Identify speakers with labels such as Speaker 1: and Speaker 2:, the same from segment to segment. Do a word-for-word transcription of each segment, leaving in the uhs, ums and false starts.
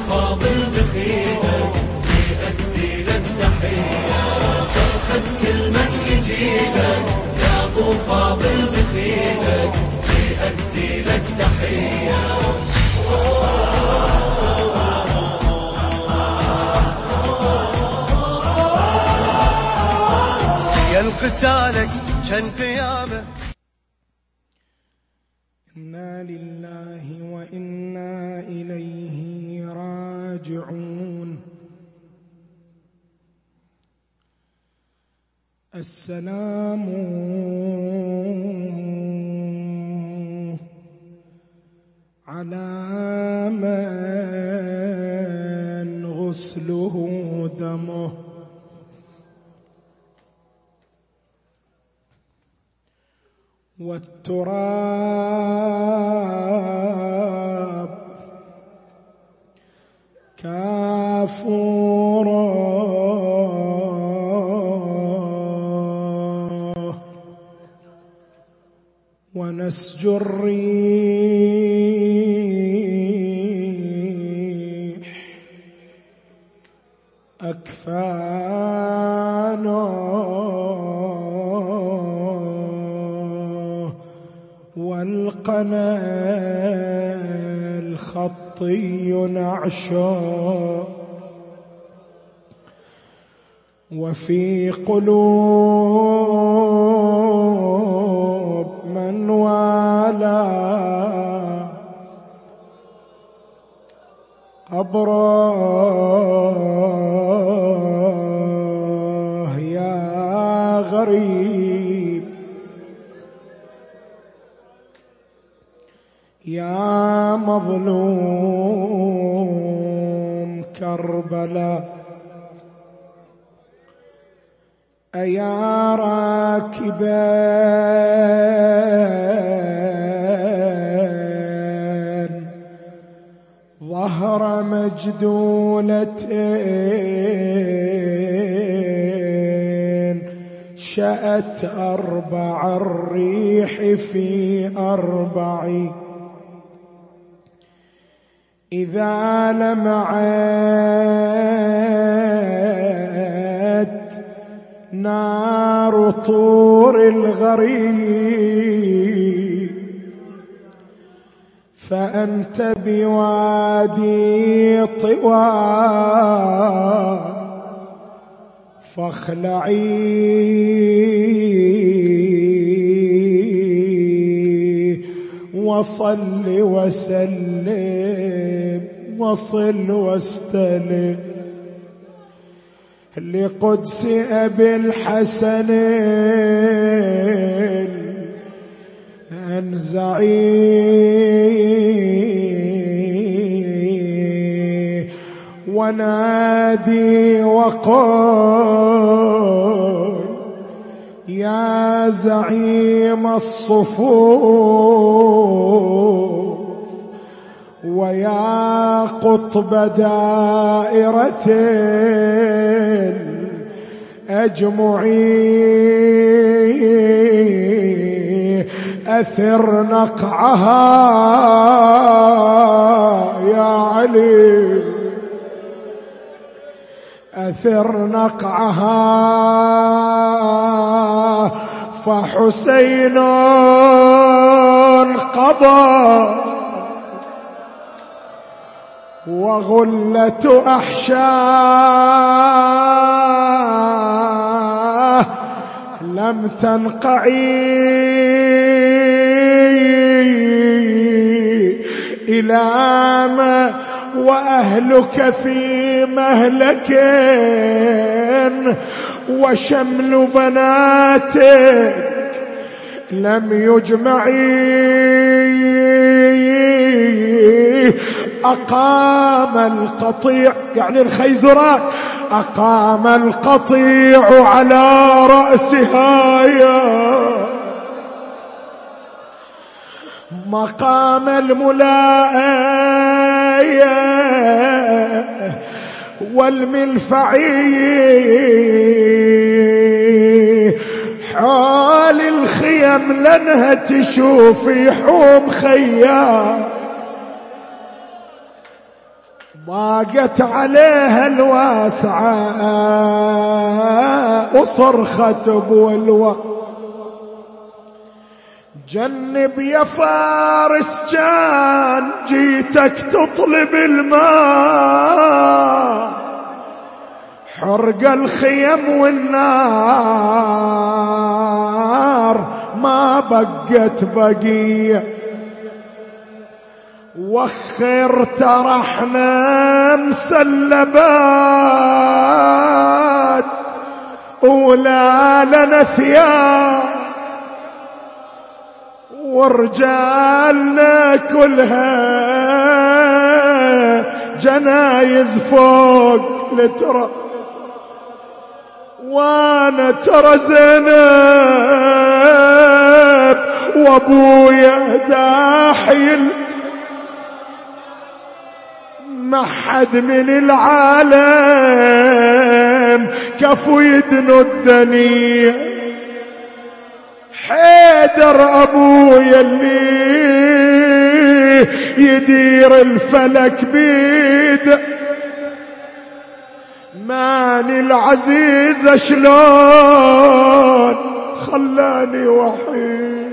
Speaker 1: فاضل دخيلك يأدي لك تحية، صرخة كل من يجيلك يا ابو فاضل دخيلك يأدي لك تحية. يا قتالك كان قيامه.
Speaker 2: إنا لله وإنا إليه راجعون. السلام على من غسله دمه والتراب كافورا ونسج الريح أكفانا والقنا الخطي نعشا وفي قلوب من والاه قبره يا غريب يا مظلوم كربلاء. أيا راكبا ظهر مجدولتين شأت أربع الريح في أربع إذا لمعت نار طور الغريب فأنت بوادي طوى فاخلعي وصل وسلم وصل واستلم لقدس أبي الحسن انزعي ونادي وقل يا زعيم الصفوف ويا قطب دائرة أجمعي أثر نقعها يا علي أثر نقعها فحسين قضى وغلة أحشاه لم تنقعي إلى ما وأهلك في مهلك وشمل بناتك لم يجمعي أقام القطيع يعني الخيزرات أقام القطيع على رأسها يا مقام الملاءية والملفعي حال الخيم لنها تشوف يحوم خيام ضاقت عليها الواسعة وصرخت بولوى جنب يا فارس كان جيتك تطلب الماء حرق الخيم والنار ما بقت بقية وخر ترحنا مسلبات ولا لنا ثياب ورجالنا كلها جنايز فوق لترى وانا ترى زينب وابويا داحيل ما حد من العالم كفو يدنو الدنيا حيدر أبويا اللي يدير الفلك بيد ماني العزيز شلون خلاني وحيد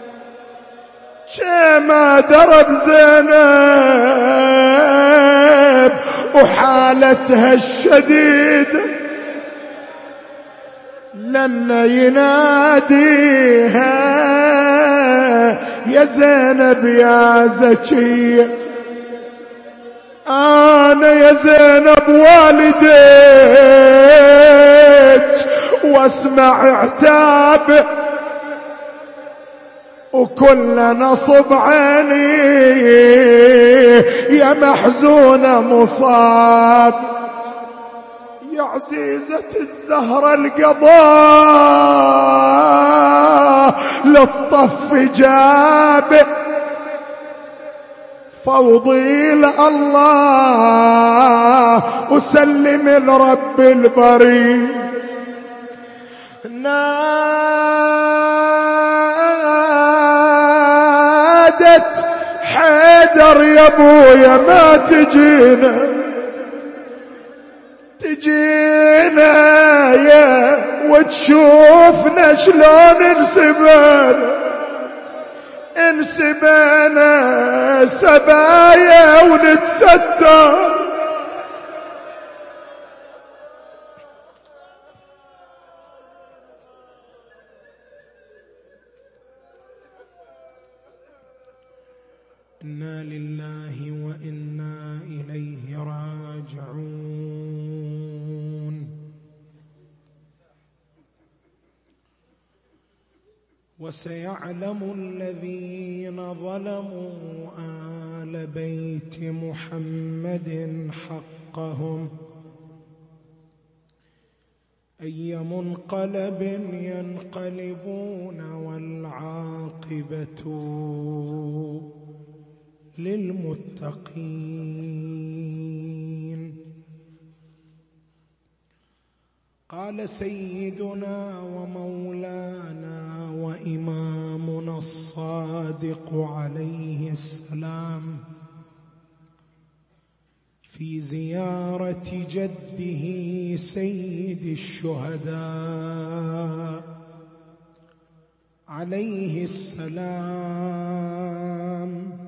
Speaker 2: شما درب زينب وحالتها الشديدة لما يناديها يا زينب يا زكية أنا يا زينب والديك واسمع عتابه وكل نصب عيني يا محزونة مصاب يا عزيزة الزهرة القضاء للطف جابه فوضي لله وسلم الرب البري نادت حيدر يا ابويا ما تجينا تجينا يا وتشوفنا شلون انسبانا انسبانا سبايا ونتستر إنا لله وإنا إليه راجعون وسيعلم الذين ظلموا آل بيت محمد حقهم أي منقلب ينقلبون والعاقبة للمتقين. قال سيدنا ومولانا وإمامنا الصادق عليه السلام في زيارة جده سيد الشهداء عليه السلام: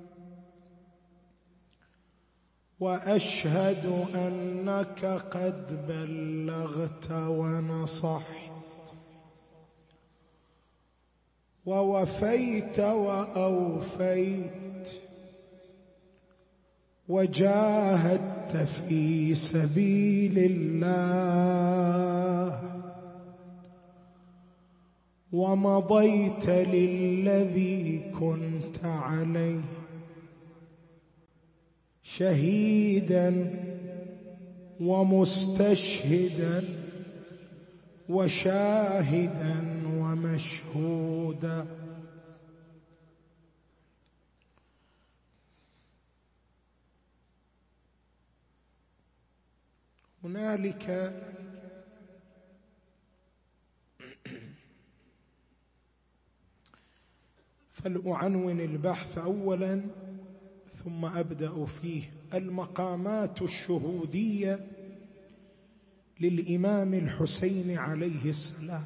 Speaker 2: وأشهد أنك قد بلغت ونصحت ووفيت وأوفيت وجاهدت في سبيل الله ومضيت للذي كنت عليه شهيدا ومستشهدا وشاهدا ومشهودا. هنالك فلأعنون البحث أولا ثم أبدأ فيه. المقامات الشهودية للإمام الحسين عليه السلام.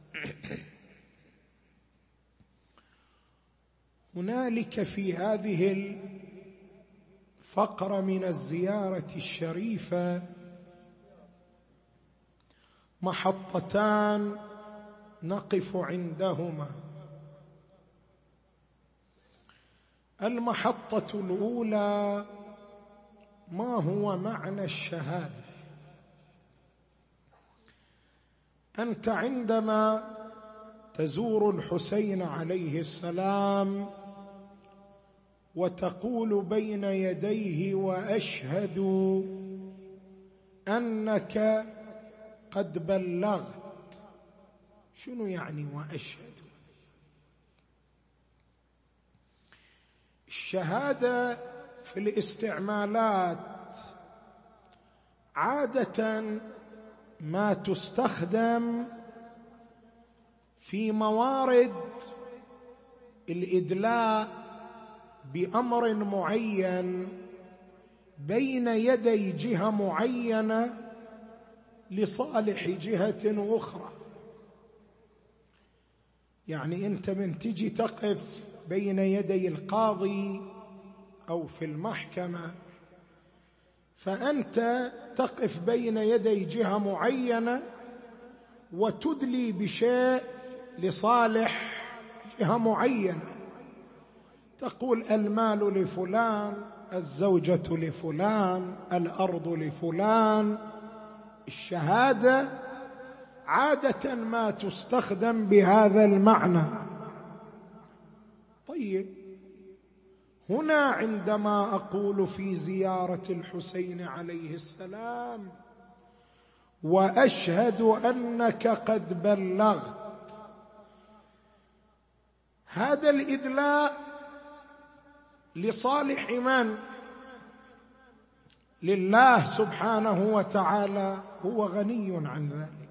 Speaker 2: هنالك في هذه الفقرة من الزيارة الشريفة محطتان نقف عندهما. المحطة الأولى: ما هو معنى الشهادة؟ أنت عندما تزور الحسين عليه السلام وتقول بين يديه: وأشهد أنك قد بلغت، شنو يعني وأشهد؟ الشهادة في الاستعمالات عادة ما تستخدم في موارد الإدلاء بأمر معين بين يدي جهة معينة لصالح جهة أخرى. يعني أنت من تجي تقف بين يدي القاضي أو في المحكمة، فأنت تقف بين يدي جهة معينة وتدلي بشيء لصالح جهة معينة. تقول: المال لفلان، الزوجة لفلان، الأرض لفلان. الشهادة عادة ما تستخدم بهذا المعنى. طيب، هنا عندما أقول في زيارة الحسين عليه السلام: وأشهد أنك قد بلغت، هذا الإدلاء لصالح من؟ لله سبحانه وتعالى، هو غني عن ذلك.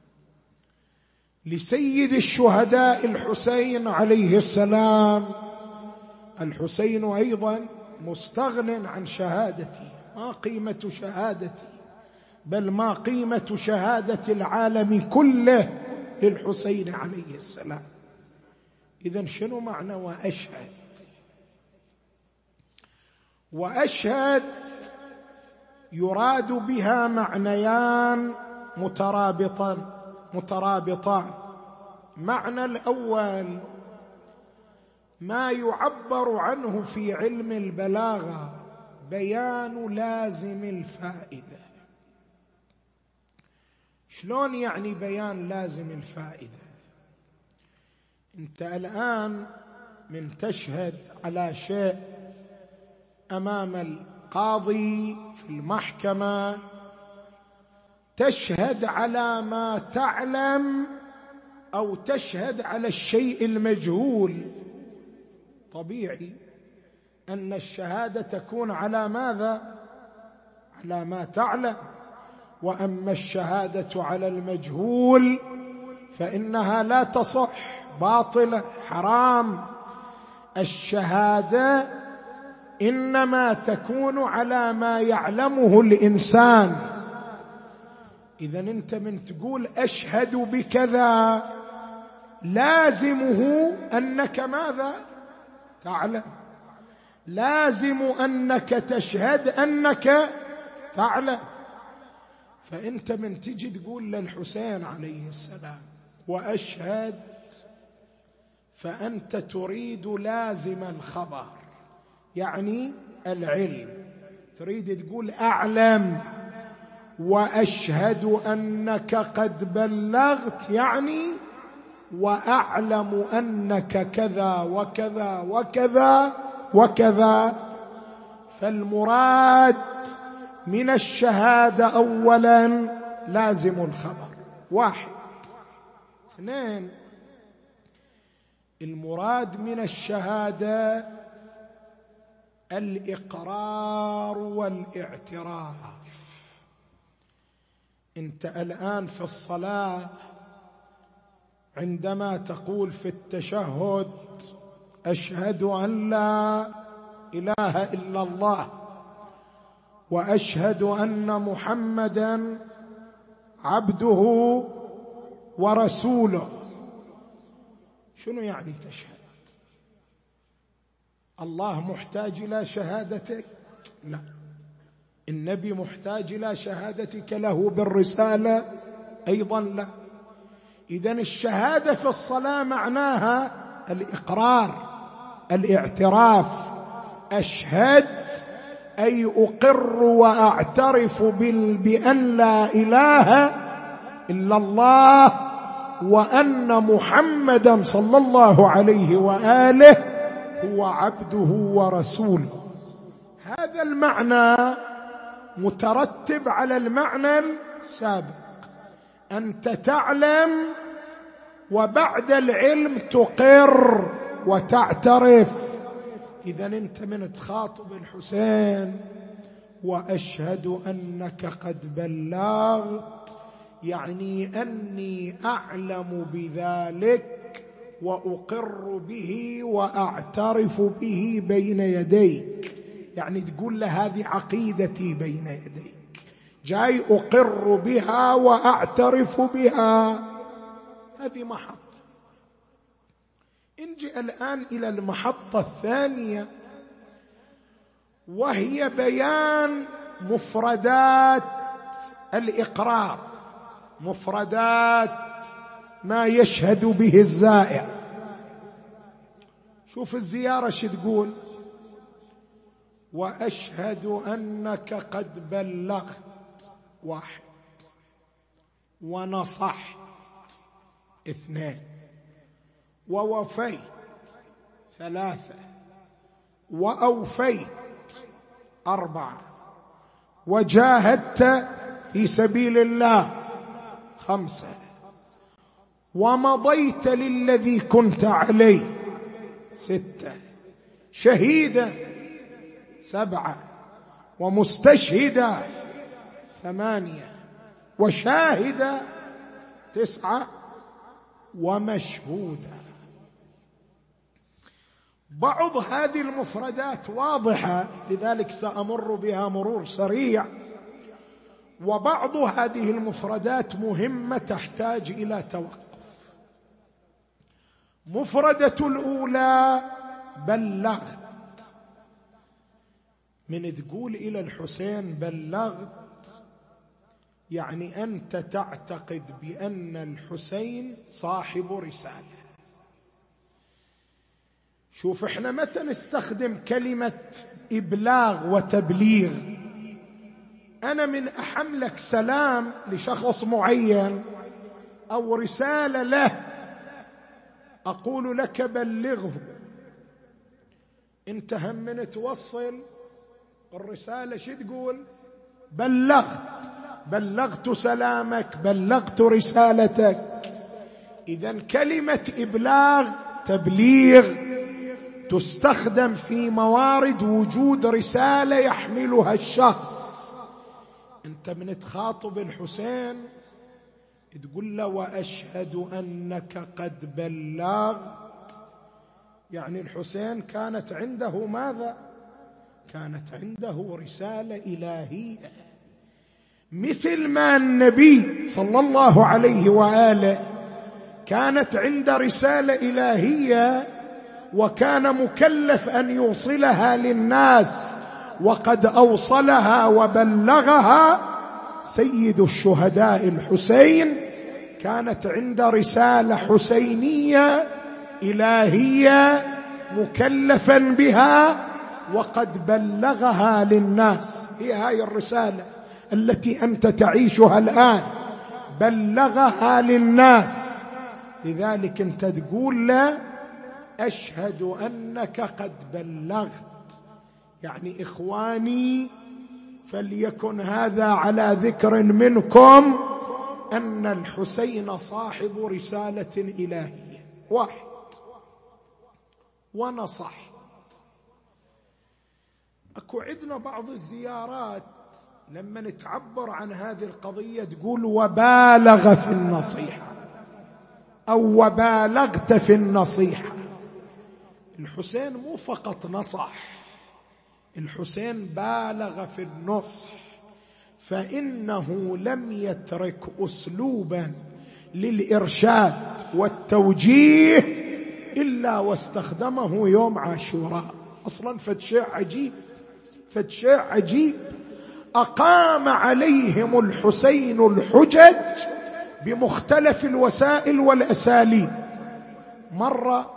Speaker 2: لسيد الشهداء الحسين عليه السلام، الحسين أيضا مستغن عن شهادتي. ما قيمة شهادتي؟ بل ما قيمة شهادة العالم كله للحسين عليه السلام. إذن شنو معنى وأشهد؟ وأشهد يراد بها معنيان مترابطان مترابطان. معنى الأول ما يعبر عنه في علم البلاغة بيان لازم الفائدة. شلون يعني بيان لازم الفائدة؟ أنت الآن من تشهد على شيء أمام القاضي في المحكمة، تشهد على ما تعلم أو تشهد على الشيء المجهول. طبيعي أن الشهادة تكون على ماذا؟ على ما تعلم. وأما الشهادة على المجهول فإنها لا تصح، باطلة، حرام. الشهادة إنما تكون على ما يعلمه الإنسان. إذن أنت من تقول أشهد بكذا لازمه أنك ماذا؟ تعلم. لازم أنك تشهد أنك تعلم. فأنت من تجي تقول للحسين عليه السلام وأشهد، فأنت تريد لازم الخبر، يعني العلم. تريد تقول أعلم. وأشهد أنك قد بلغت، يعني وأعلم أنك كذا وكذا وكذا وكذا. فالمراد من الشهادة أولا لازم الخبر، واحد. اثنين، المراد من الشهادة الإقرار والاعتراف. أنت الآن في الصلاة عندما تقول في التشهد أشهد أن لا إله إلا الله وأشهد أن محمدا عبده ورسوله. شنو يعني تشهد؟ الله محتاج إلى شهادتك؟ لا. النبي محتاج إلى شهادتك له بالرسالة؟ أيضا لا. إذن الشهادة في الصلاة معناها الإقرار، الاعتراف. أشهد أي أقر وأعترف بأن لا إله إلا الله وأن محمدا صلى الله عليه وآله هو عبده ورسوله. هذا المعنى مترتب على المعنى السابق. أنت تعلم وبعد العلم تقر وتعترف. إذن أنت من تخاطب الحسين وأشهد أنك قد بلغت، يعني أني أعلم بذلك وأقر به وأعترف به بين يديك. يعني تقول له هذه عقيدتي بين يديك، جاي أقر بها وأعترف بها. هذه محطة. نجي الآن إلى المحطة الثانية، وهي بيان مفردات الإقرار، مفردات ما يشهد به الزائر. شوف الزيارة شو تقول: وأشهد أنك قد بلغت، واحد، ونصحت، اثنين، ووفيت، ثلاثة، وأوفيت، أربعة، وجاهدت في سبيل الله، خمسة، ومضيت للذي كنت عليه، ستة، شهيدا، سبعة، ومستشهدا، ثمانية، وشاهدا، تسعة، ومشهودا. بعض هذه المفردات واضحة، لذلك سأمر بها مرور سريع، وبعض هذه المفردات مهمة تحتاج إلى توقف. مفردة الأولى بلغت. من تقول إلى الحسين بلغت، يعني أنت تعتقد بأن الحسين صاحب رسالة. شوف احنا متى نستخدم كلمة إبلاغ وتبليغ؟ أنا من أحملك سلام لشخص معين أو رسالة له، أقول لك بلغه. انت هم من توصل الرسالة شو تقول؟ بلغت، بلغت سلامك، بلغت رسالتك. إذن كلمة إبلاغ، تبليغ، تستخدم في موارد وجود رسالة يحملها الشخص. انت من تخاطب الحسين تقول له وأشهد أنك قد بلغت، يعني الحسين كانت عنده ماذا؟ كانت عنده رسالة إلهية، مثل ما النبي صلى الله عليه وآله كانت عنده رسالة إلهية وكان مكلف أن يوصلها للناس، وقد أوصلها وبلغها. سيد الشهداء الحسين كانت عنده رسالة حسينية إلهية مكلفا بها وقد بلغها للناس. هي هاي الرسالة التي أنت تعيشها الآن، بلغها للناس. لذلك أنت تقول له أشهد أنك قد بلغت، يعني إخواني فليكن هذا على ذكر منكم أن الحسين صاحب رسالة إلهية. واحد، ونصحت. أكو عندنا بعض الزيارات لما نتعبر عن هذه القضية تقول وبالغ في النصيحة أو وبالغت في النصيحة. الحسين مو فقط نصح، الحسين بالغ في النصح، فإنه لم يترك أسلوبا للإرشاد والتوجيه إلا واستخدمه يوم عاشوراء. أصلا فدشيء عجيب، فدشيء عجيب. أقام عليهم الحسين الحجج بمختلف الوسائل والأساليب. مرة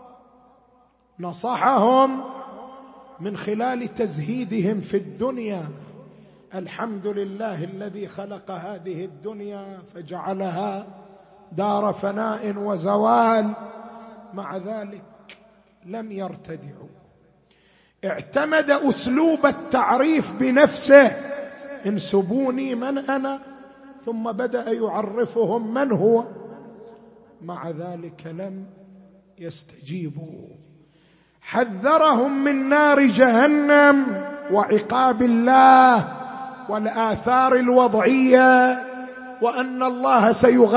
Speaker 2: نصحهم من خلال تزهيدهم في الدنيا، الحمد لله الذي خلق هذه الدنيا فجعلها دار فناء وزوال، مع ذلك لم يرتدعوا. اعتمد أسلوب التعريف بنفسه، انسبوني من أنا، ثم بدأ يعرفهم من هو، مع ذلك لم يستجيبوا. حذرهم من نار جهنم وعقاب الله والآثار الوضعية، وأن الله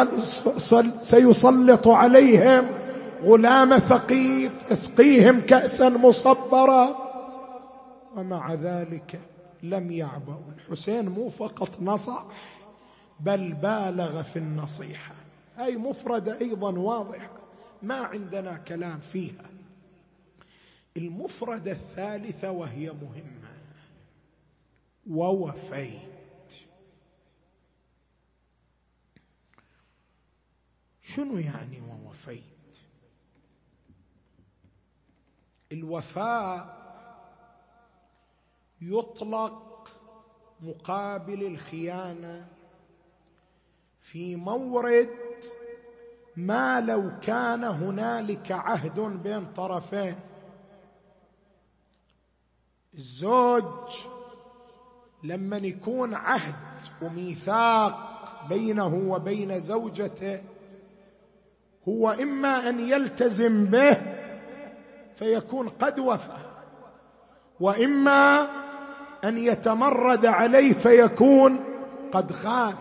Speaker 2: سيسلط عليهم غلام ثقيف يسقيهم كأسا مصبرا، ومع ذلك لم يعبأوا. الحسين مو فقط نصح بل بالغ في النصيحة. هاي مفردة أيضا واضحة ما عندنا كلام فيها. المفردة الثالثة وهي مهمة، ووفيت. شنو يعني ووفيت؟ الوفاء يطلق مقابل الخيانة في مورد ما لو كان هنالك عهد بين طرفين. الزوج لما يكون عهد وميثاق بينه وبين زوجته، هو إما أن يلتزم به فيكون قد وفى، وإما أن يتمرد عليه فيكون قد خان.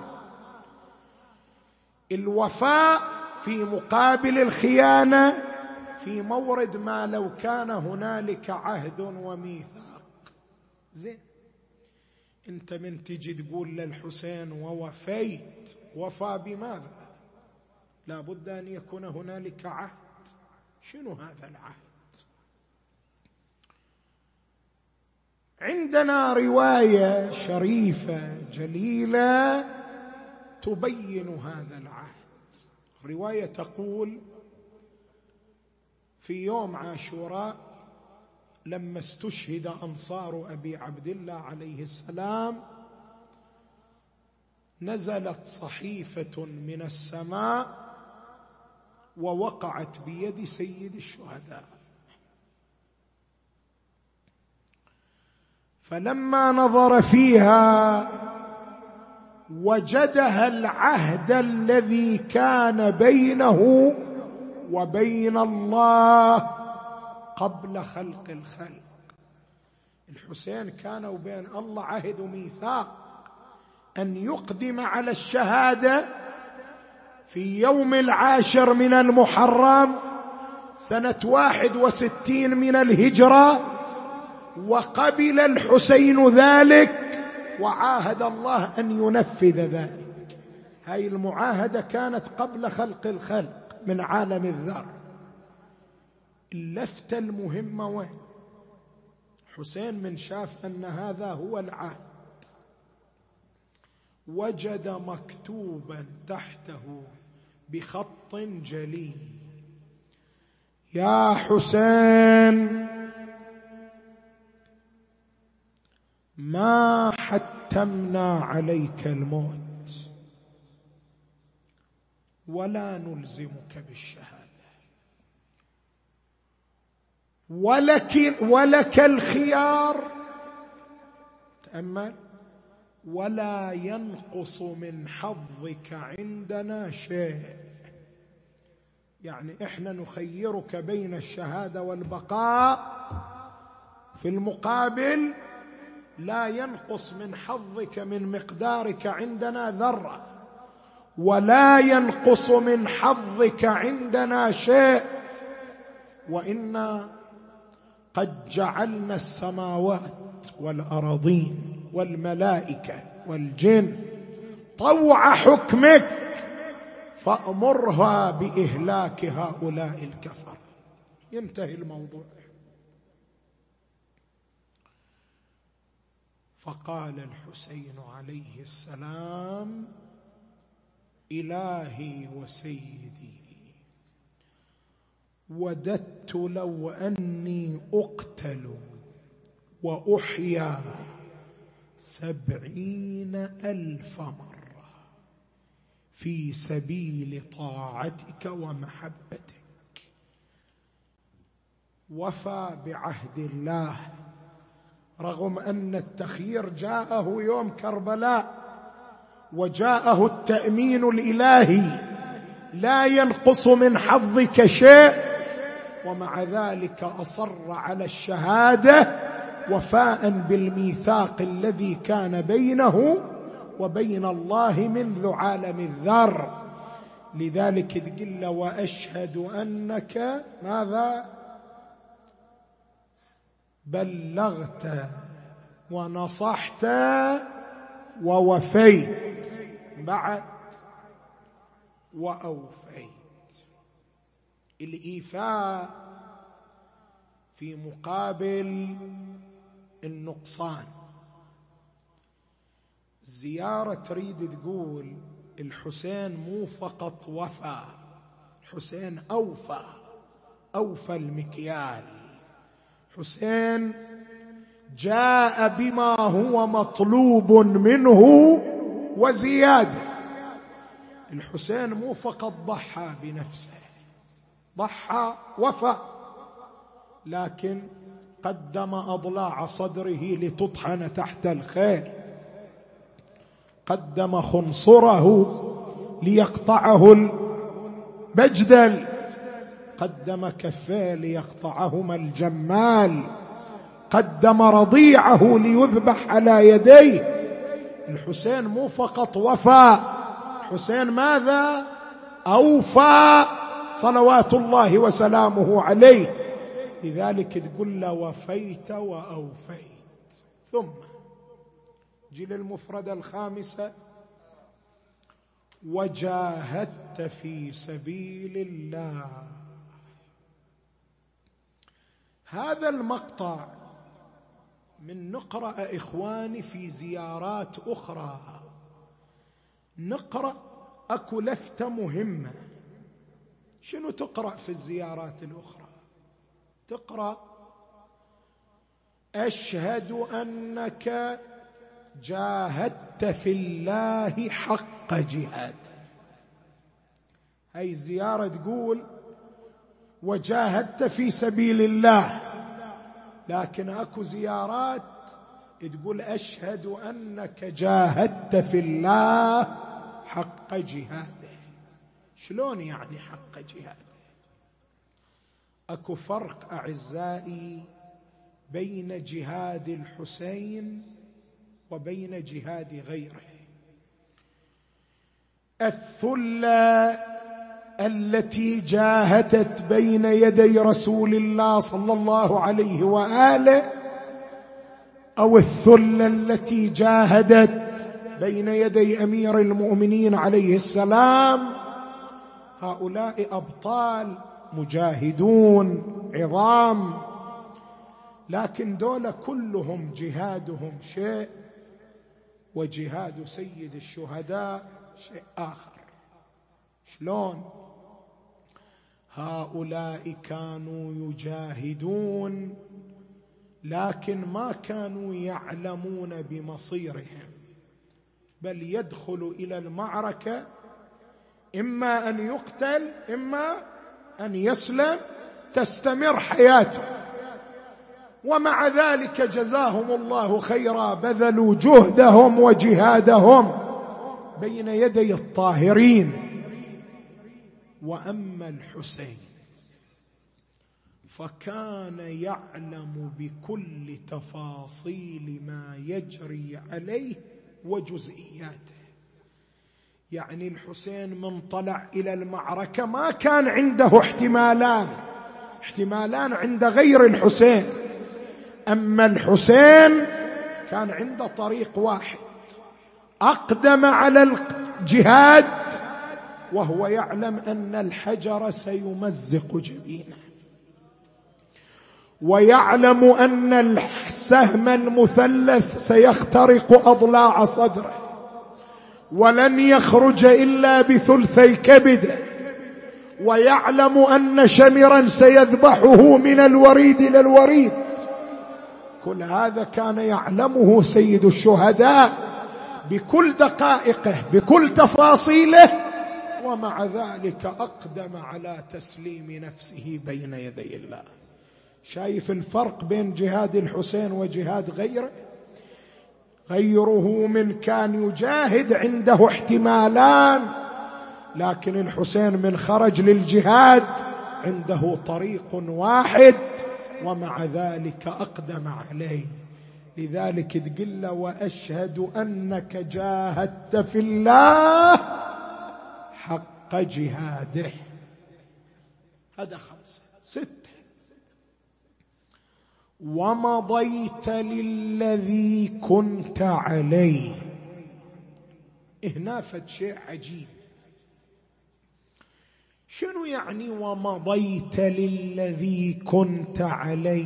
Speaker 2: الوفاء في مقابل الخيانة في مورد ما لو كان هنالك عهد وميثاق. زين، انت من تجي تقول للحسين ووفيت، وفى بماذا؟ لا بد أن يكون هنالك عهد. شنو هذا العهد؟ عندنا رواية شريفة جليلة تبين هذا العهد. رواية تقول في يوم عاشوراء لما استشهد أنصار أبي عبد الله عليه السلام، نزلت صحيفة من السماء ووقعت بيد سيد الشهداء، فلما نظر فيها وجدها العهد الذي كان بينه وبين الله قبل خلق الخلق. الحسين كان وبين الله عهد وميثاق أن يقدم على الشهادة في يوم العاشر من المحرم سنة واحد وستين من الهجرة، وقبل الحسين ذلك وعاهد الله أن ينفذ ذلك. هاي المعاهدة كانت قبل خلق الخلق من عالم الذر. اللفتة المهمة وين؟ حسين من شاف أن هذا هو العهد وجد مكتوبا تحته بخط جلي: يا حسين، ما حتمنا عليك الموت ولا نلزمك بالشهادة، ولك, ولك الخيار. تأمل: ولا ينقص من حظك عندنا شيء. يعني إحنا نخيرك بين الشهادة والبقاء، في المقابل لا ينقص من حظك من مقدارك عندنا ذرة، ولا ينقص من حظك عندنا شيء، وإنا قد جعلنا السماوات والأراضين والملائكة والجن طوع حكمك فأمرها بإهلاك هؤلاء الكفر. ينتهي الموضوع. فقال الحسين عليه السلام: إلهي وسيدي، وددت لو أني أقتل وأحيا سبعين ألف مرة في سبيل طاعتك ومحبتك. وفى بعهد الله رغم أن التخيير جاءه يوم كربلاء وجاءه التأمين الإلهي لا ينقص من حظك شيء، ومع ذلك أصر على الشهادة وفاء بالميثاق الذي كان بينه وبين الله منذ عالم الذر. لذلك تقول له: وأشهد أنك ماذا؟ بلغت ونصحت ووفيت، بعد وأوفيت. الإيفاء في مقابل النقصان. الزيارة تريد تقول الحسين مو فقط وفى، الحسين أوفى، أوفى المكيال. حسين جاء بما هو مطلوب منه وزيادة. الحسين مو فقط ضحى بنفسه، ضحى وفى، لكن قدم أضلاع صدره لتطحن تحت الخيل، قدم خنصره ليقطعه البجدل، قدم كفيه ليقطعهما الجمال، قدم رضيعه ليذبح على يديه. الحسين مو فقط وفى، الحسين ماذا؟ أوفى صلوات الله وسلامه عليه. لذلك تقول له: وفيت وأوفيت. ثم جي للمفردة الخامسة: وجاهدت في سبيل الله. هذا المقطع من نقرأ إخواني في زيارات أخرى، نقرأ أكو لفتة مهمة. شنو تقرأ في الزيارات الأخرى؟ تقرأ: أشهد أنك جاهدت في الله حق جهاد. هاي الزيارة تقول وجاهدت في سبيل الله، لكن أكو زيارات تقول أشهد أنك جاهدت في الله حق جهاده. شلون يعني حق جهاده؟ أكو فرق أعزائي بين جهاد الحسين وبين جهاد غيره. الثلة التي جاهدت بين يدي رسول الله صلى الله عليه وآله، أو الثلة التي جاهدت بين يدي أمير المؤمنين عليه السلام، هؤلاء أبطال مجاهدون عظام، لكن دول كلهم جهادهم شيء وجهاد سيد الشهداء شيء آخر. شلون؟ هؤلاء كانوا يجاهدون لكن ما كانوا يعلمون بمصيرهم، بل يدخل إلى المعركة إما أن يقتل إما أن يسلم، تستمر حياته. ومع ذلك جزاهم الله خيرا، بذلوا جهدهم وجهادهم بين يدي الطاهرين. وأما الحسين فكان يعلم بكل تفاصيل ما يجري عليه وجزئياته. يعني الحسين من طلع إلى المعركة ما كان عنده احتمالان، احتمالان عند غير الحسين. أما الحسين كان عنده طريق واحد، أقدم على الجهاد وهو يعلم أن الحجر سيمزق جبينه، ويعلم أن السهم المثلث سيخترق أضلاع صدره ولن يخرج إلا بثلثي كبده، ويعلم أن شمرا سيذبحه من الوريد إلى الوريد. كل هذا كان يعلمه سيد الشهداء بكل دقائقه بكل تفاصيله، ومع ذلك أقدم على تسليم نفسه بين يدي الله. شايف الفرق بين جهاد الحسين وجهاد غيره؟ غيره من كان يجاهد عنده احتمالان، لكن الحسين من خرج للجهاد عنده طريق واحد ومع ذلك أقدم عليه. لذلك تقول له وأشهد أنك جاهدت في الله حق جهاده. هذا خمسة. ستة، ومضيت للذي كنت عليه. هنا فد شيء عجيب. شنو يعني ومضيت للذي كنت عليه؟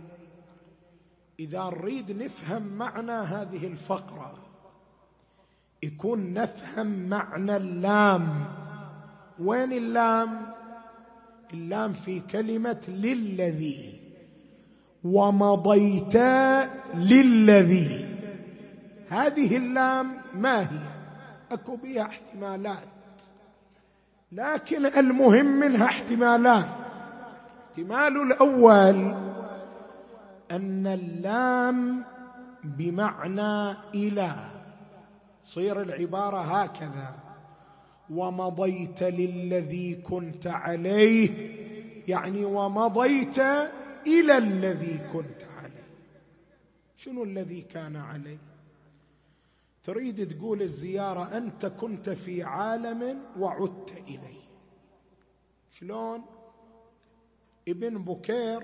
Speaker 2: إذا نريد نفهم معنى هذه الفقرة يكون نفهم معنى اللام. وين اللام؟ اللام في كلمة للذي. ومضيت للذي، هذه اللام ما هي؟ أكو بها احتمالات، لكن المهم منها احتمالان. احتمال الأول أن اللام بمعنى إلى، صير العبارة هكذا: ومضيت للذي كنت عليه، يعني ومضيت إلى الذي كنت عليه. شنو الذي كان عليه؟ تريد تقول الزيارة أنت كنت في عالم وعدت إليه. شلون؟ ابن بكير،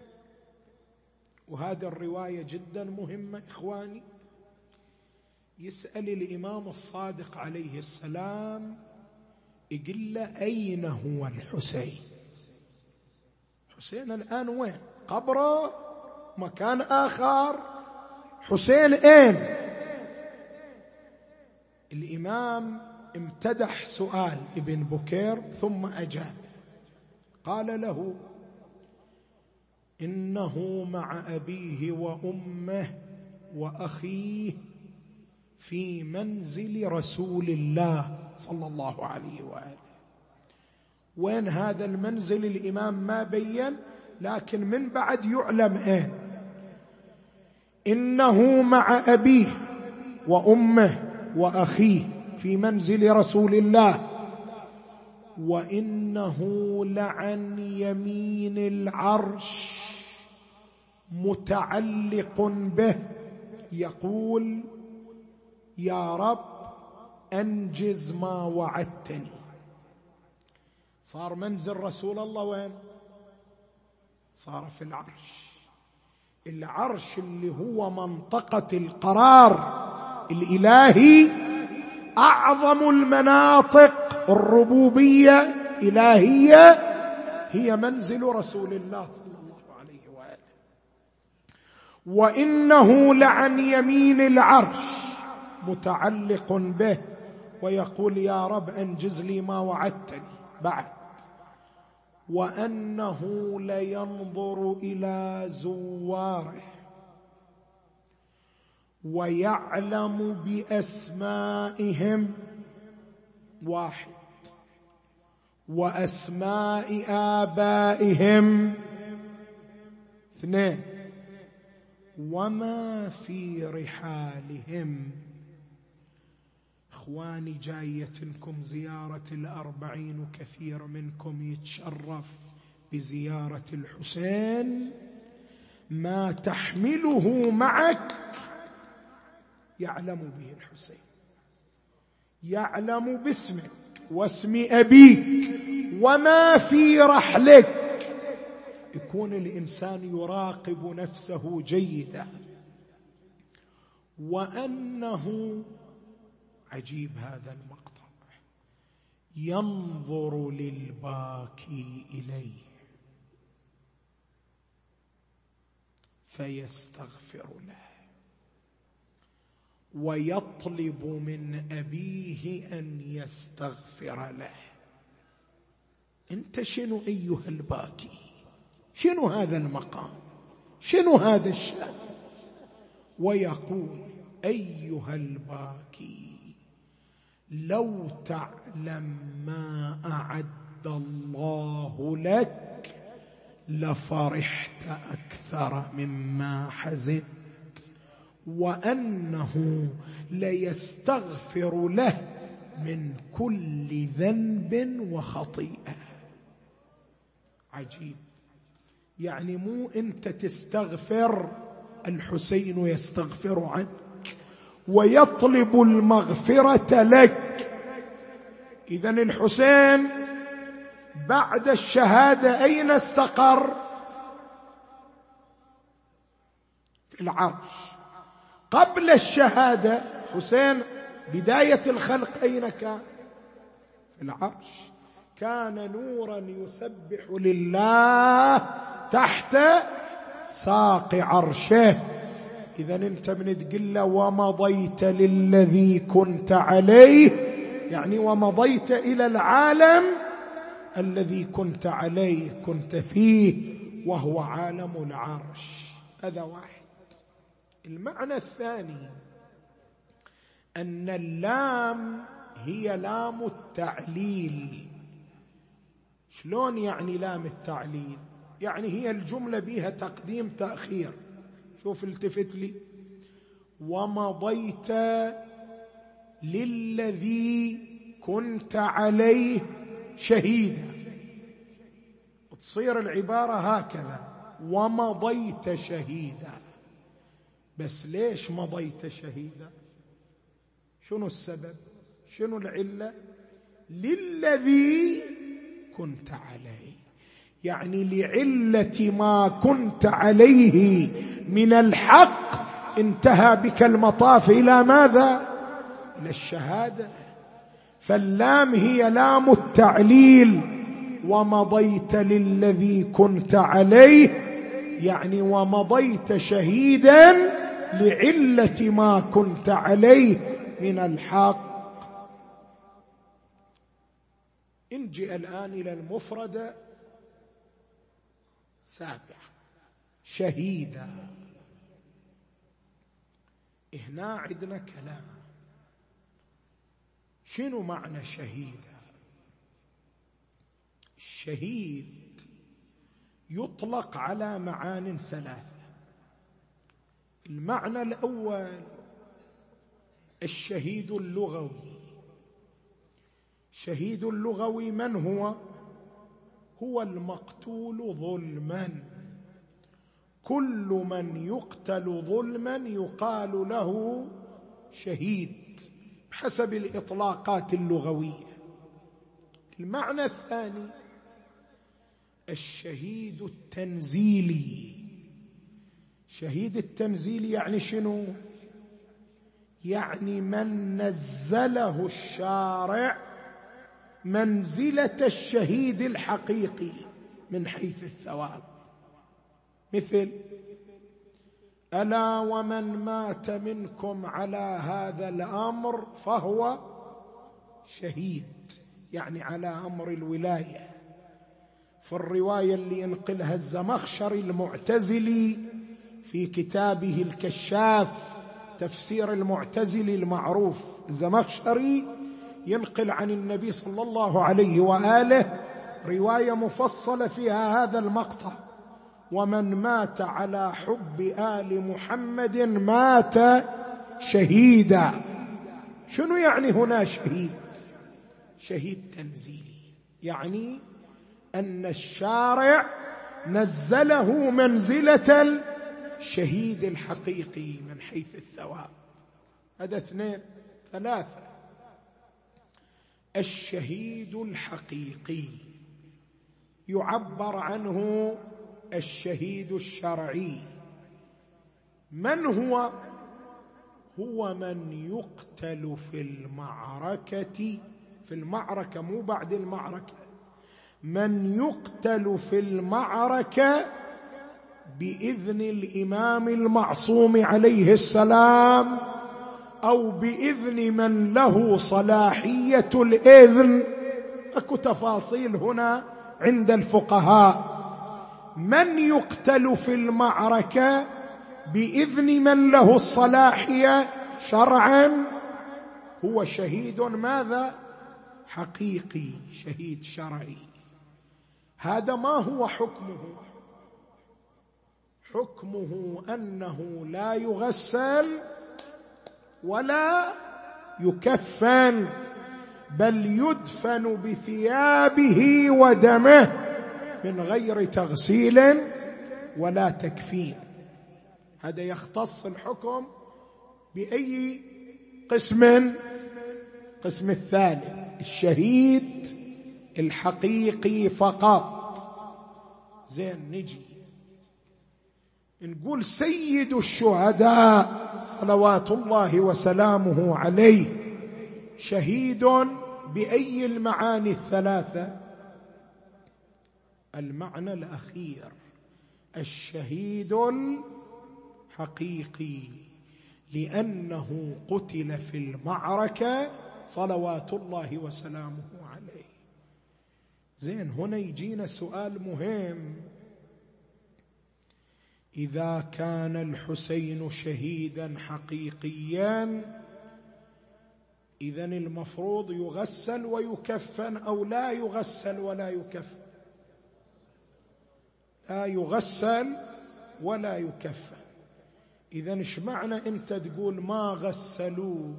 Speaker 2: وهذه الرواية جدا مهمة إخواني، يسأل الإمام الصادق عليه السلام يقول له أين هو الحسين؟ حسين الآن وين؟ قبره؟ مكان آخر؟ حسين أين؟ الإمام امتدح سؤال ابن بكير ثم أجاب، قال له إنه مع أبيه وأمه وأخيه في منزل رسول الله صلى الله عليه وآله. وين هذا المنزل؟ الإمام ما بين، لكن من بعد يعلم أين. إنه مع أبيه وأمه وأخيه في منزل رسول الله، وإنه لعن يمين العرش متعلق به يقول يا رب أنجز ما وعدتني. صار منزل رسول الله وين؟ صار في العرش. العرش اللي هو منطقة القرار الإلهي، أعظم المناطق الربوبية إلهية هي منزل رسول الله صلى الله عليه وآله. وإنه لعن يمين العرش متعلق به ويقول يا رب أنجز لي ما وعدتني. بعد وأنه لينظر إلى زواره ويعلم بأسمائهم، واحد، وأسماء آبائهم، اثنين، وما في رحالهم. إخواني جايتكم زيارة الأربعين وكثير منكم يتشرف بزيارة الحسين، ما تحمله معك يعلم به الحسين، يعلم باسمك واسم أبيك وما في رحلك. يكون الإنسان يراقب نفسه جيدا، وأنه عجيب هذا المقطع ينظر للباكي إليه فيستغفر له ويطلب من أبيه أن يستغفر له. أنت شنو أيها الباكي؟ شنو هذا المقام؟ شنو هذا الشأن؟ ويقول أيها الباكي لو تعلم ما أعد الله لك لفرحت أكثر مما حزنت، وأنه ليستغفر له من كل ذنب وخطيئة. عجيب، يعني مو أنت تستغفر، الحسين يستغفر عنك ويطلب المغفرة لك. إذن الحسين بعد الشهادة أين استقر؟ في العرش. قبل الشهادة حسين بداية الخلق أين كان؟ في العرش. كان نورا يسبح لله تحت ساق عرشه. إذن أنت من تقول له ومضيت للذي كنت عليه، يعني ومضيت إلى العالم الذي كنت عليه، كنت فيه، وهو عالم العرش. هذا واحد. المعنى الثاني أن اللام هي لام التعليل. شلون يعني لام التعليل؟ يعني هي الجملة بها تقديم تأخير. شوف التفت لي، ومضيت للذي كنت عليه شهيدا، تصير العبارة هكذا ومضيت شهيدا. بس ليش مضيت شهيدا؟ شنو السبب؟ شنو العلة؟ للذي كنت عليه، يعني لعلة ما كنت عليه من الحق انتهى بك المطاف إلى ماذا؟ إلى الشهادة. فاللام هي لام التعليل، ومضيت للذي كنت عليه، يعني ومضيت شهيدا لعلة ما كنت عليه من الحق. نجي الآن إلى المفردة سابعة، شهيدا. هنا عندنا كلام، شنو معنى شهيدا؟ الشهيد يطلق على معان ثلاثة. المعنى الأول الشهيد اللغوي. شهيد اللغوي من هو؟ هو المقتول ظلما. كل من يقتل ظلما يقال له شهيد بحسب الإطلاقات اللغوية. المعنى الثاني الشهيد التنزيلي. شهيد التنزيلي يعني شنو؟ يعني من نزله الشارع منزلة الشهيد الحقيقي من حيث الثواب. مثل ألا ومن مات منكم على هذا الأمر فهو شهيد، يعني على أمر الولاية. في الرواية اللي ينقلها الزمخشري المعتزلي في كتابه الكشاف، تفسير المعتزلي المعروف، الزمخشري ينقل عن النبي صلى الله عليه وآله رواية مفصلة فيها هذا المقطع: ومن مات على حب آل محمد مات شهيدا. شنو يعني هنا شهيد؟ شهيد تنزيلي، يعني أن الشارع نزله منزلة الشهيد الحقيقي من حيث الثواب. هذا اثنين. ثلاثة الشهيد الحقيقي يعبر عنه الشهيد الشرعي من هو؟ هو من يقتل في المعركة، في المعركة مو بعد المعركة، من يقتل في المعركة بإذن الإمام المعصوم عليه السلام أو بإذن من له صلاحية الإذن. أكو تفاصيل هنا عند الفقهاء. من يقتل في المعركة بإذن من له الصلاحية شرعا هو شهيد ماذا؟ حقيقي، شهيد شرعي. هذا ما هو حكمه؟ حكمه أنه لا يغسل ولا يكفن، بل يدفن بثيابه ودمه من غير تغسيل ولا تكفين. هذا يختص الحكم بأي قسم؟ قسم الثالث، الشهيد الحقيقي فقط. زين، نجي نقول سيد الشهداء صلوات الله وسلامه عليه شهيد بأي المعاني الثلاثة؟ المعنى الأخير، الشهيد الحقيقي، لأنه قتل في المعركة صلوات الله وسلامه عليه. زين، هنا يجينا سؤال مهم. إذا كان الحسين شهيدا حقيقيا إذن المفروض يغسل ويكفن أو لا يغسل ولا يكفن؟ لا يغسل ولا يكفن. إذن ايش معنى أنت تقول ما غسلوه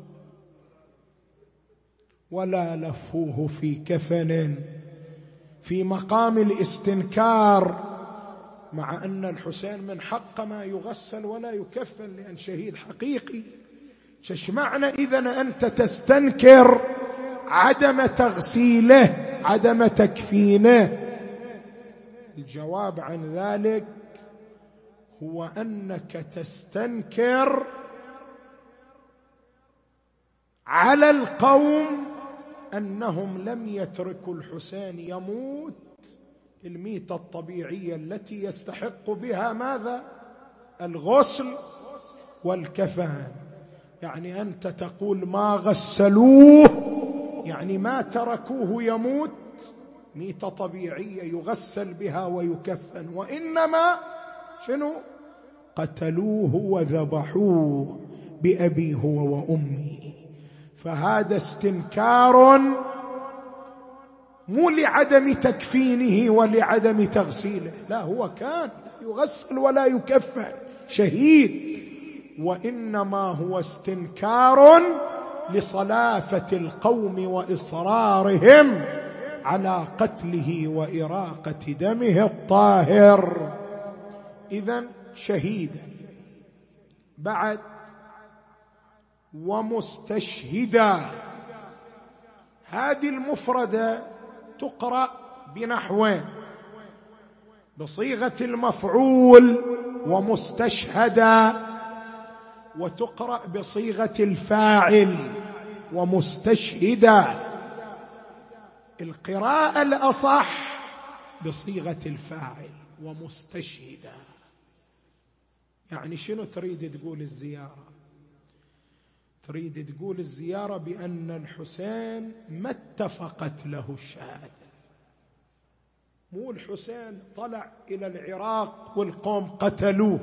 Speaker 2: ولا لفوه في كفن في مقام الاستنكار، مع أن الحسين من حق ما يغسل ولا يكفن لأن شهيد حقيقي؟ ايش معنى إذن أنت تستنكر عدم تغسيله، عدم تكفينه؟ الجواب عن ذلك هو أنك تستنكر على القوم أنهم لم يتركوا الحسين يموت الميتة الطبيعية التي يستحق بها ماذا؟ الغسل والكفن. يعني أنت تقول ما غسلوه، يعني ما تركوه يموت ميتة طبيعية يغسل بها ويكفن، وإنما شنو؟ قتلوه وذبحوه بأبي هو وأمي. فهذا استنكار مو لعدم تكفينه ولعدم تغسيله، لا، هو كان يغسل ولا يكفن شهيد، وإنما هو استنكار لصلافة القوم وإصرارهم على قتله وإراقة دمه الطاهر. إذن شهيدا. بعد ومستشهدا، هذه المفردة تقرأ بنحوين: بصيغة المفعول ومستشهدا، وتقرأ بصيغة الفاعل ومستشهدا. القراءة الأصح بصيغة الفاعل ومستشهدا. يعني شنو تريد تقول الزيارة؟ تريد تقول الزيارة بأن الحسين ما اتفقت له الشهادة، مو الحسين طلع إلى العراق والقوم قتلوه،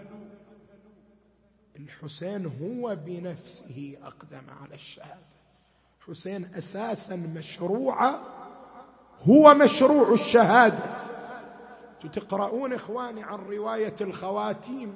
Speaker 2: الحسين هو بنفسه أقدم على الشهادة. حسين أساسا مشروعه هو مشروع الشهادة. تقرؤون إخواني عن رواية الخواتيم،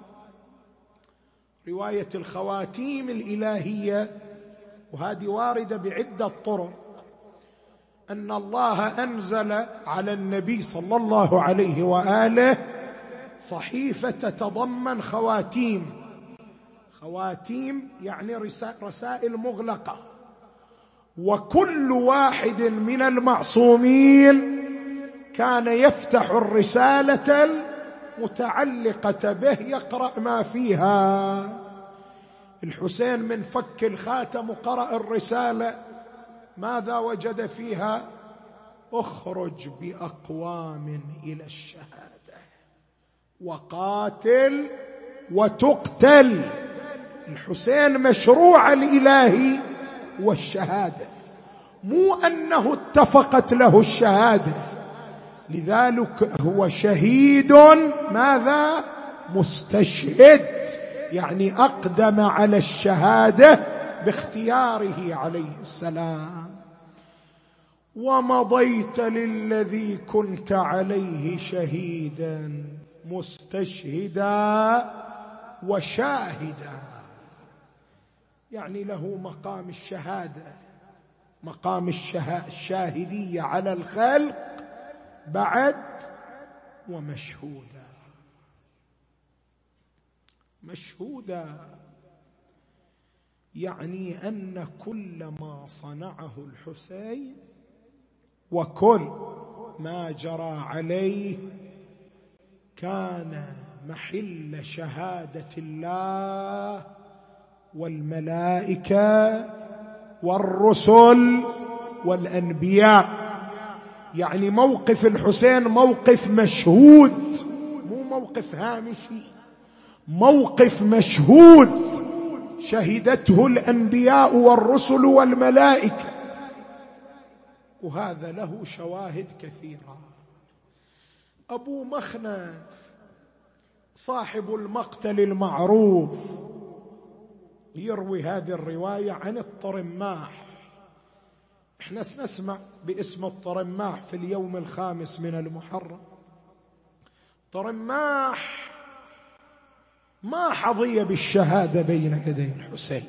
Speaker 2: رواية الخواتيم الإلهية، وهذه واردة بعدة طرق، أن الله أنزل على النبي صلى الله عليه وآله صحيفة تتضمن خواتيم. خواتيم يعني رسائل مغلقة، وكل واحد من المعصومين كان يفتح الرسالة متعلقة به يقرأ ما فيها. الحسين من فك الخاتم وقرأ الرسالة ماذا وجد فيها؟ اخرج بأقوام إلى الشهادة وقاتل وتقتل. الحسين مشروع الإلهي والشهادة، مو أنه اتفقت له الشهادة، لذلك هو شهيد ماذا؟ مستشهد، يعني أقدم على الشهادة باختياره عليه السلام. ومضيت للذي كنت عليه شهيدا مستشهدا وشاهدا، يعني له مقام الشهادة، مقام الشاهدية على الخلق بعد، ومشهودا. مشهودا يعني أن كل ما صنعه الحسين وكل ما جرى عليه كان محل شهادة الله والملائكة والرسل والأنبياء. يعني موقف الحسين موقف مشهود، مو موقف هامشي، موقف مشهود شهدته الأنبياء والرسل والملائكة، وهذا له شواهد كثيرة. أبو مخنف صاحب المقتل المعروف يروي هذه الرواية عن الطرماح. احنا سنسمع باسم الطرماح في اليوم الخامس من المحرم. طرماح ما حظي بالشهادة بين يدي الحسين،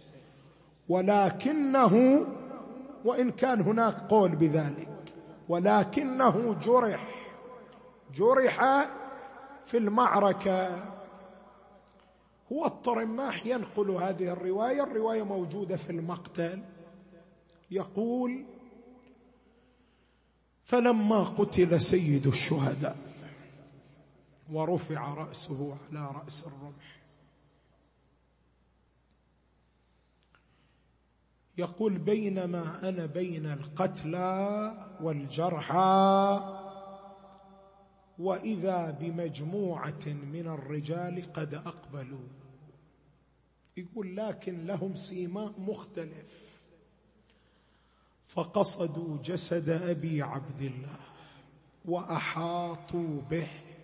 Speaker 2: ولكنه وإن كان هناك قول بذلك، ولكنه جرح جرح في المعركة. هو الطرماح ينقل هذه الرواية، الرواية موجودة في المقتل، يقول: فلما قتل سيد الشهداء ورفع رأسه على رأس الرمح، يقول: بينما أنا بين القتلى والجرحى وإذا بمجموعة من الرجال قد أقبلوا. يقول: لكن لهم سيماء مختلف، فقصدوا جسد أبي عبد الله وأحاطوا به.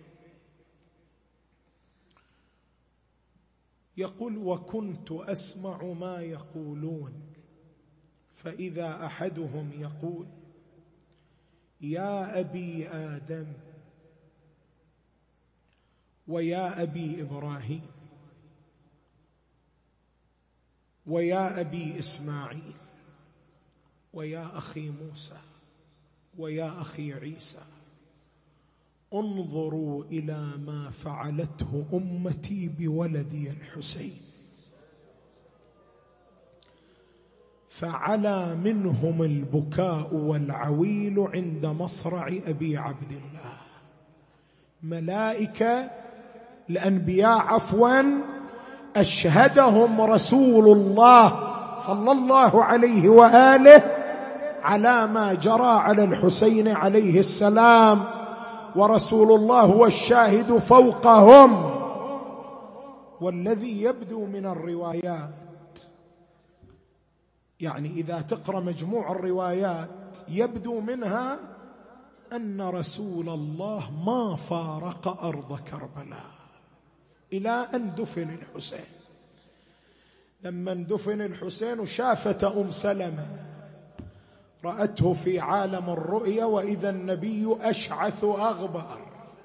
Speaker 2: يقول: وكنت أسمع ما يقولون، فإذا أحدهم يقول: يا أبي آدم ويا أبي إبراهيم ويا أبي إسماعيل ويا أخي موسى ويا أخي عيسى، انظروا إلى ما فعلته أمتي بولدي الحسين. فعلى منهم البكاء والعويل عند مصرع أبي عبد الله. ملائكة الأنبياء عفوا أشهدهم رسول الله صلى الله عليه وآله على ما جرى على الحسين عليه السلام، ورسول الله هو الشاهد فوقهم. والذي يبدو من الروايات، يعني إذا تقرأ مجموع الروايات يبدو منها أن رسول الله ما فارق أرض كربلاء إلى أن دفن الحسين. لما دفن الحسين وشافت أم سلمة، رأته في عالم الرؤيا وإذا النبي أشعث أغبر.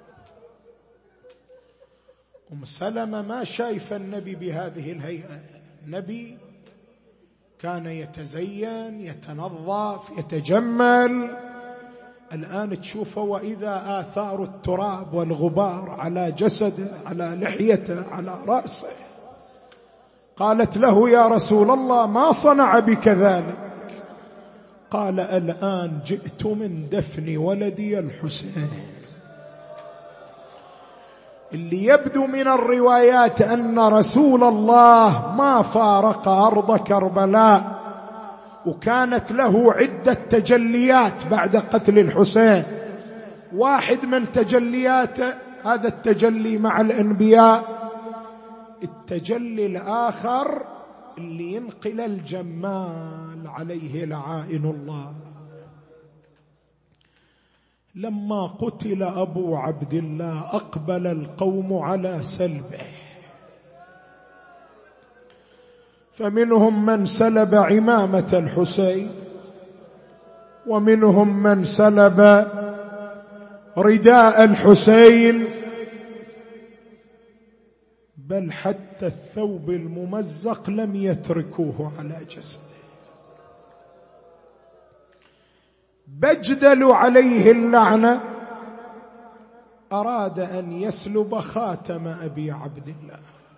Speaker 2: أم سلمة ما شايف النبي بهذه الهيئة، النبي كان يتزين يتنظف يتجمل، الآن تشوفه وإذا آثار التراب والغبار على جسده على لحيته على رأسه. قالت له: يا رسول الله ما صنع بك ذلك؟ قال: الآن جئت من دفن ولدي الحسين. اللي يبدو من الروايات أن رسول الله ما فارق أرض كربلاء، وكانت له عدة تجليات بعد قتل الحسين. واحد من تجلياته هذا التجلي مع الأنبياء. التجلي الآخر اللي ينقل الجمال عليه لعائن الله. لما قتل أبو عبد الله أقبل القوم على سلبه، فمنهم من سلب عمامة الحسين، ومنهم من سلب رداء الحسين، بل حتى الثوب الممزق لم يتركوه على جسده. بجدل عليه اللعنة أراد أن يسلب خاتم أبي عبد الله.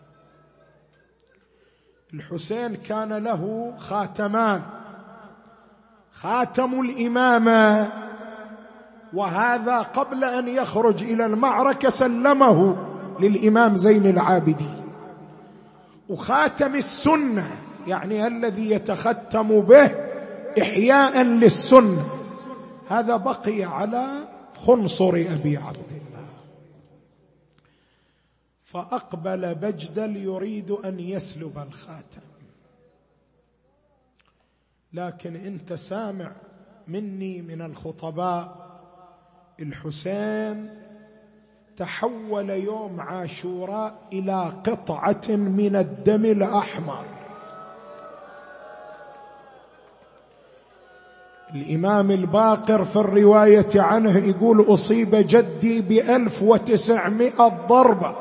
Speaker 2: الحسين كان له خاتمان، خاتم الإمامة، وهذا قبل أن يخرج إلى المعركة سلمه للإمام زين العابدين، وخاتم السنة يعني الذي يتختم به إحياء للسنة، هذا بقي على خنصر أبي عبد الله. فأقبل بجدل يريد أن يسلب الخاتم، لكن أنت سامع مني من الخطباء، الحسين تحول يوم عاشوراء إلى قطعة من الدم الأحمر. الإمام الباقر في الرواية عنه يقول أصيب جدي بألف وتسعمائة ضربة.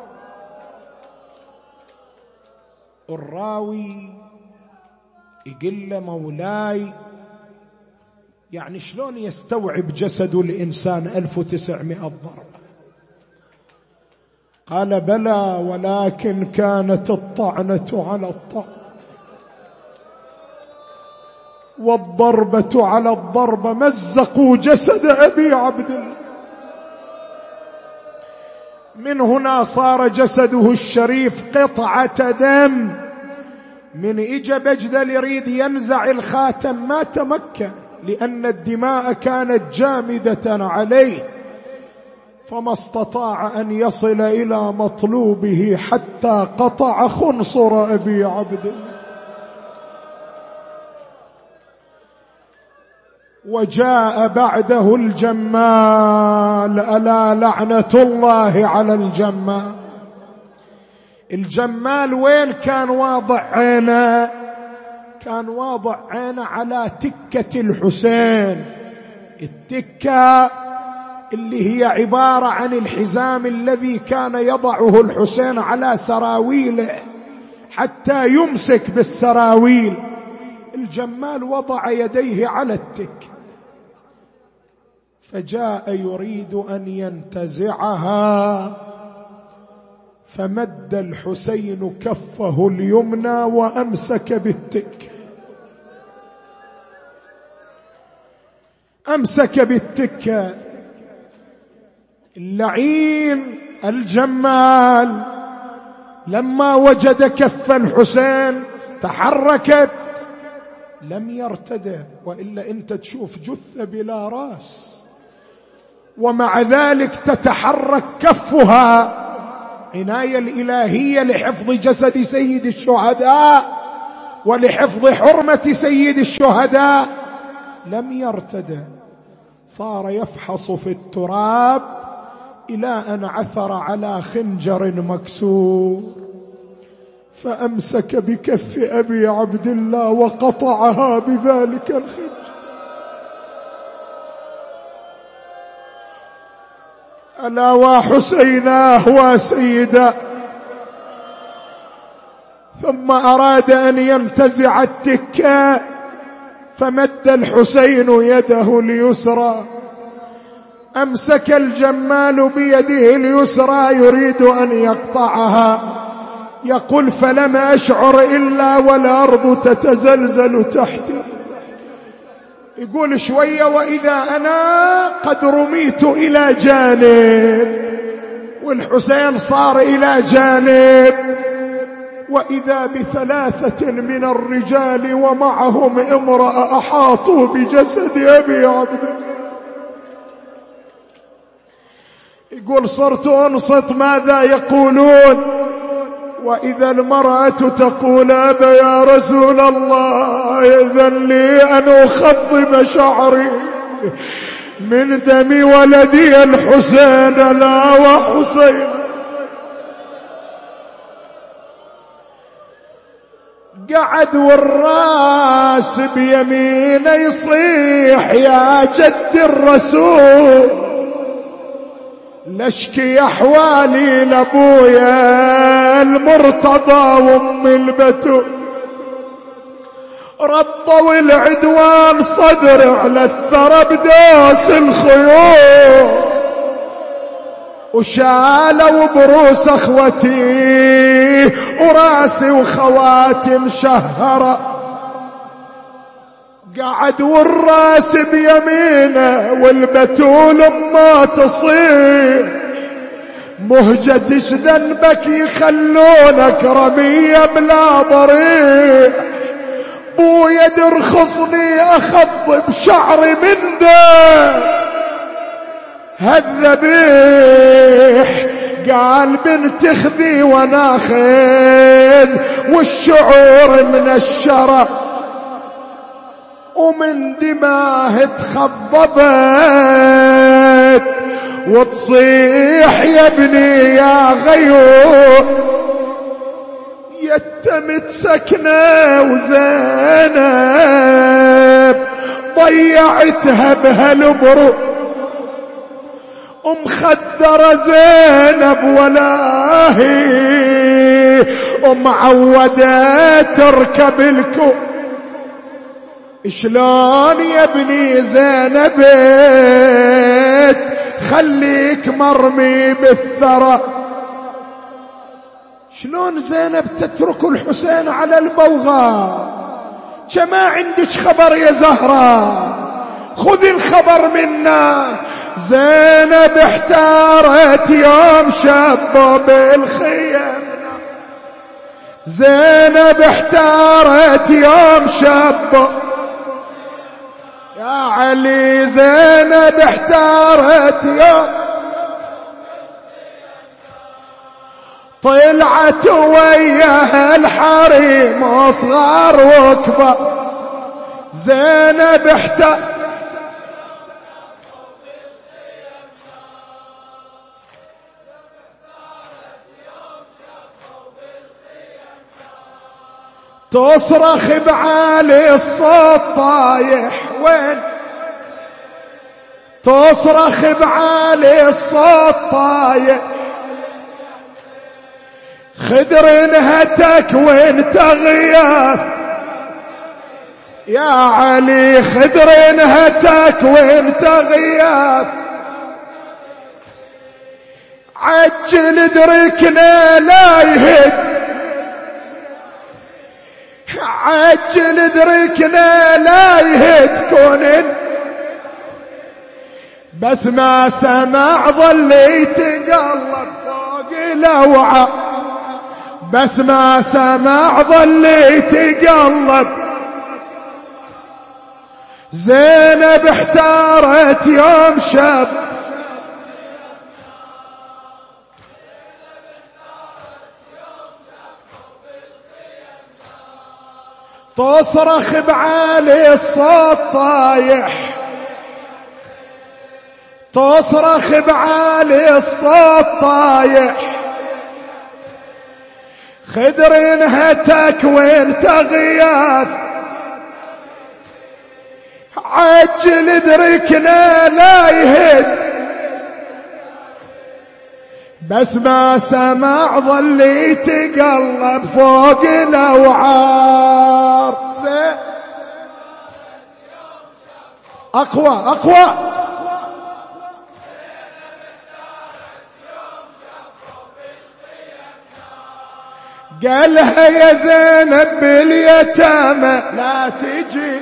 Speaker 2: الراوي يقول مولاي يعني شلون يستوعب جسد الإنسان ألف وتسعمائة ضربة؟ قال بلى، ولكن كانت الطعنة على الطعن والضربة على الضربة، مزقوا جسد أبي عبد الله. من هنا صار جسده الشريف قطعة دم. من إجا بجدل يريد ينزع الخاتم ما تمكن، لأن الدماء كانت جامدة عليه، فما استطاع أن يصل إلى مطلوبه حتى قطع خنصر أبي عبد الله. وجاء بعده الجمال، ألا لعنة الله على الجمال. الجمال وين كان واضع عينه؟ كان واضع عينه على تكة الحسين، التكة اللي هي عبارة عن الحزام الذي كان يضعه الحسين على سراويله حتى يمسك بالسراويل. الجمال وضع يديه على التكة، فجاء يريد أن ينتزعها، فمد الحسين كفه اليمنى وأمسك بالتكة، أمسك بالتكة. اللعين الجمال لما وجد كف الحسين تحركت، لم يرتدع، وإلا أنت تشوف جثة بلا رأس، ومع ذلك تتحرك كفها، عناية الإلهية لحفظ جسد سيد الشهداء ولحفظ حرمة سيد الشهداء. لم يرتدع، صار يفحص في التراب إلى أن عثر على خنجر مكسور، فأمسك بكف أبي عبد الله وقطعها بذلك الخنجر. ألا وحسيناه وسيدا. ثم أراد أن ينتزع التكة، فمد الحسين يده اليسرى، أمسك الجمال بيده اليسرى يريد أن يقطعها، يقول فلم أشعر إلا والأرض تتزلزل تحتي. يقول شوية وإذا أنا قد رميت إلى جانب، والحسين صار إلى جانب، وإذا بثلاثة من الرجال ومعهم امرأة أحاطوا بجسد أبي عبد الله. يقول صرت أنصت ماذا يقولون، وإذا المرأة تقول أبا يا رسول الله إذن لي أن أخضب شعري من دم ولدي الحسين لا وحسين. قعد والراس بيمينه يصيح يا جد الرسول لشكي أحوالي لأبويا المرتضى وام البتول. رضوا العدوان صدر على الثرى بدوس الخيول، وشالوا بروس اخوتي وراسي وخواتي مشهرة. قعد والراس بيمينه والبتول ما تصيح مهجتش ذنبك يخلونك رمية بلا ضريح. بويا درخصني اخضب شعري من ذا هالذبيح. قال بنت خذي وناخذ والشعور من الشرى، ومن دماه تخضبت وتصيح يا ابني يا غيور. يتمت سكنة وزينب ضيعتها بهالبرو، ومخدرة زينب ولاهي ومعودة تركب الكو. شلون يا ابني زينب خليك مرمي بالثرى؟ شلون زينب تترك الحسين على البوغاء؟ كما عندك خبر يا زهرة خذي الخبر منا. زينب احتارت يوم شابوا بالخيام، زينب احتارت يوم شابوا يا علي. زينب احتارت يوم طلعت وياها الحريم اصغر وكبر. زينب احتارت تصرخ بعالي الصوت طايح وين، تصرخ بعالي الصوت طايح. خدر انهتك وانت غياب يا علي، خدر انهتك وانت غياب. عجل دركنا لا يهد، عجل دركنا لا يهد كونن. بس ما سمع ظل يتقلب فوق لوعة، بس ما سمع ظل يتقلب. زينب احتارت يوم شاب، تصرخ بعالي الصوت طايح، تصرخ بعالي الصوت طايح. خدر انهتك وانت غياب، عجل ادركنا لا يهد. بس ما سمع ظل يتقلب فوق الأوعار. أقوى أقوى قالها يا زينب باليتامى لا تجي،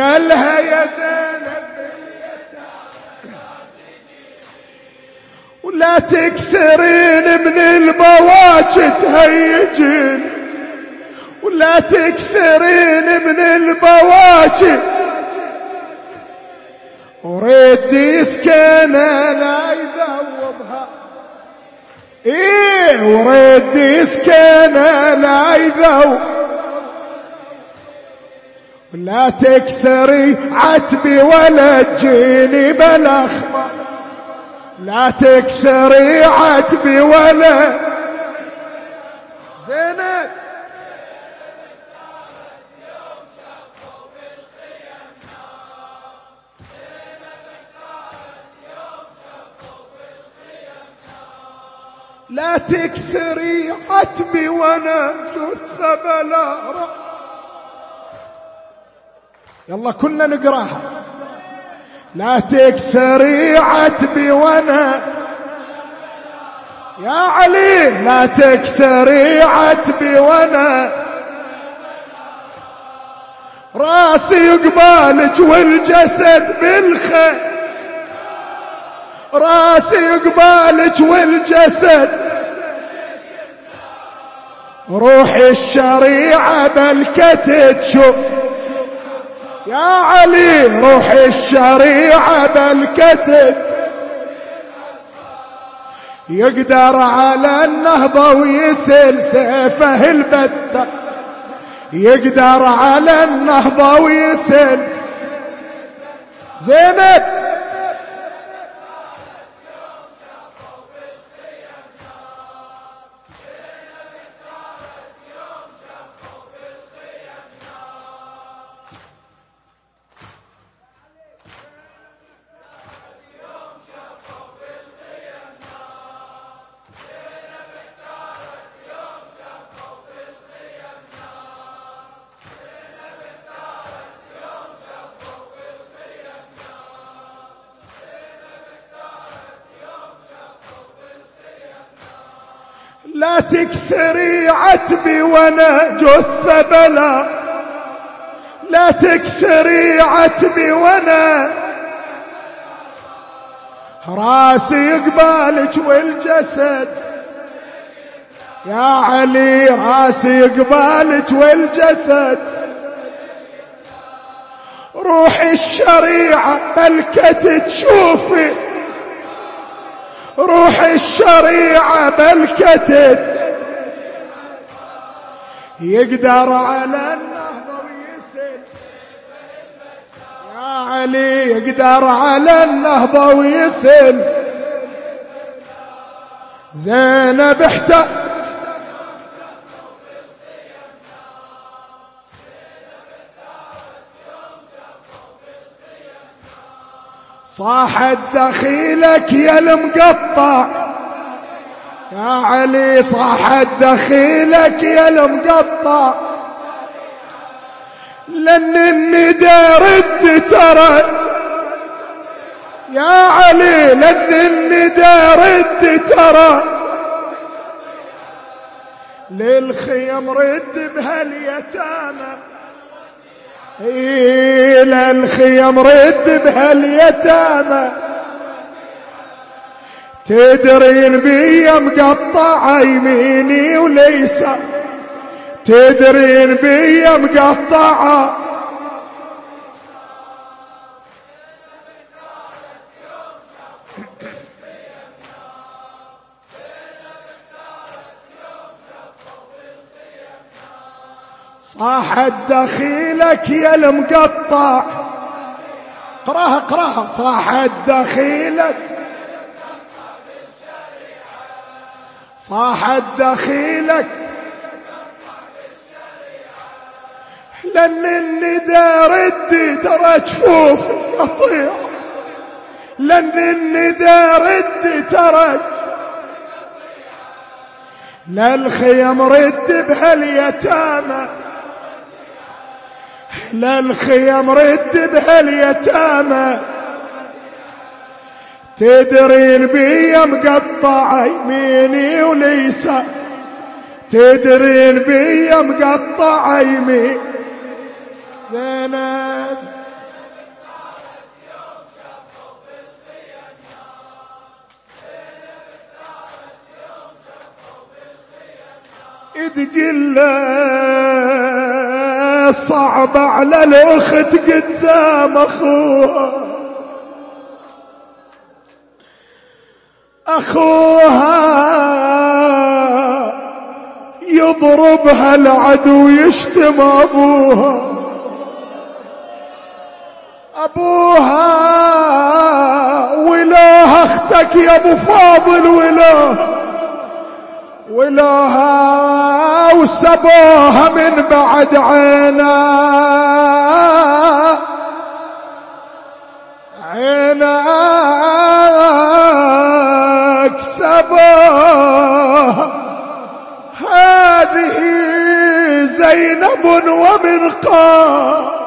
Speaker 2: قالها يا زينب باليتامى لا تجي. لا تكثرين من البواكي تهيجين، ولا تكثرين من البواكي، وريد يسكنها لا يذوبها، ايه وريد يسكنها لا يذوب. ولا تكثري عتبي ولا تجيني بالاخبار، لا تكثري عتبي ولا زينب. لا تكثري عتبي وانا جثة بلا رأ. يلا كلنا نقراها. لا تكثري عتبي وانا يا علي، لا تكثري عتبي وانا راسي قبالك والجسد بالخير، راسي قبالك والجسد، روح الشريعة بلكت تشوف يا علي، روح الشريعة بلكت يقدر على النهضة ويسل سيفه البتة، يقدر على النهضة ويسل. زينب لا تكثري عتبي وانا جثة بلا، لا تكثري عتبي وانا راسي قبالك والجسد يا علي، راسي قبالك والجسد، روح الشريعة بلكت تشوفي، روح الشريعة بلكتت يقدر على النهضة ويسل يا علي، يقدر على النهضة ويسل. زينب احتى صاحت دخيلك يا المقطع يا علي، صاحت دخيلك يا المقطع، لأن الندى رد ترى يا علي، لأن الندى رد ترى للخيم رد بهاليتامى، إلى الخيم رد بهاليتامى، تدرين بي مقطع يميني وليس، تدرين بي مقطع صاحت دخيلك يا المقطع، اقراها اقراها، صاحت دخيلك، صاحت دخيلك، لأن الندى ردي ترى جفوف قطيع، لأن الندى ردي ترى للخيم رد بهاليتامى، للخيم رد بهاليتامى، تدرين بي مقطع يميني وليسا، تدرين بي مقطع يمين. زينب تقول صعب على الأخت قدام أخوها، أخوها يضربها العدو يشتم أبوها، أبوها ولاها أختك يا أبو فاضل ولاها ولاها وسبوها من بعد عينا عيناك سبوها. هذه زينب ومن قال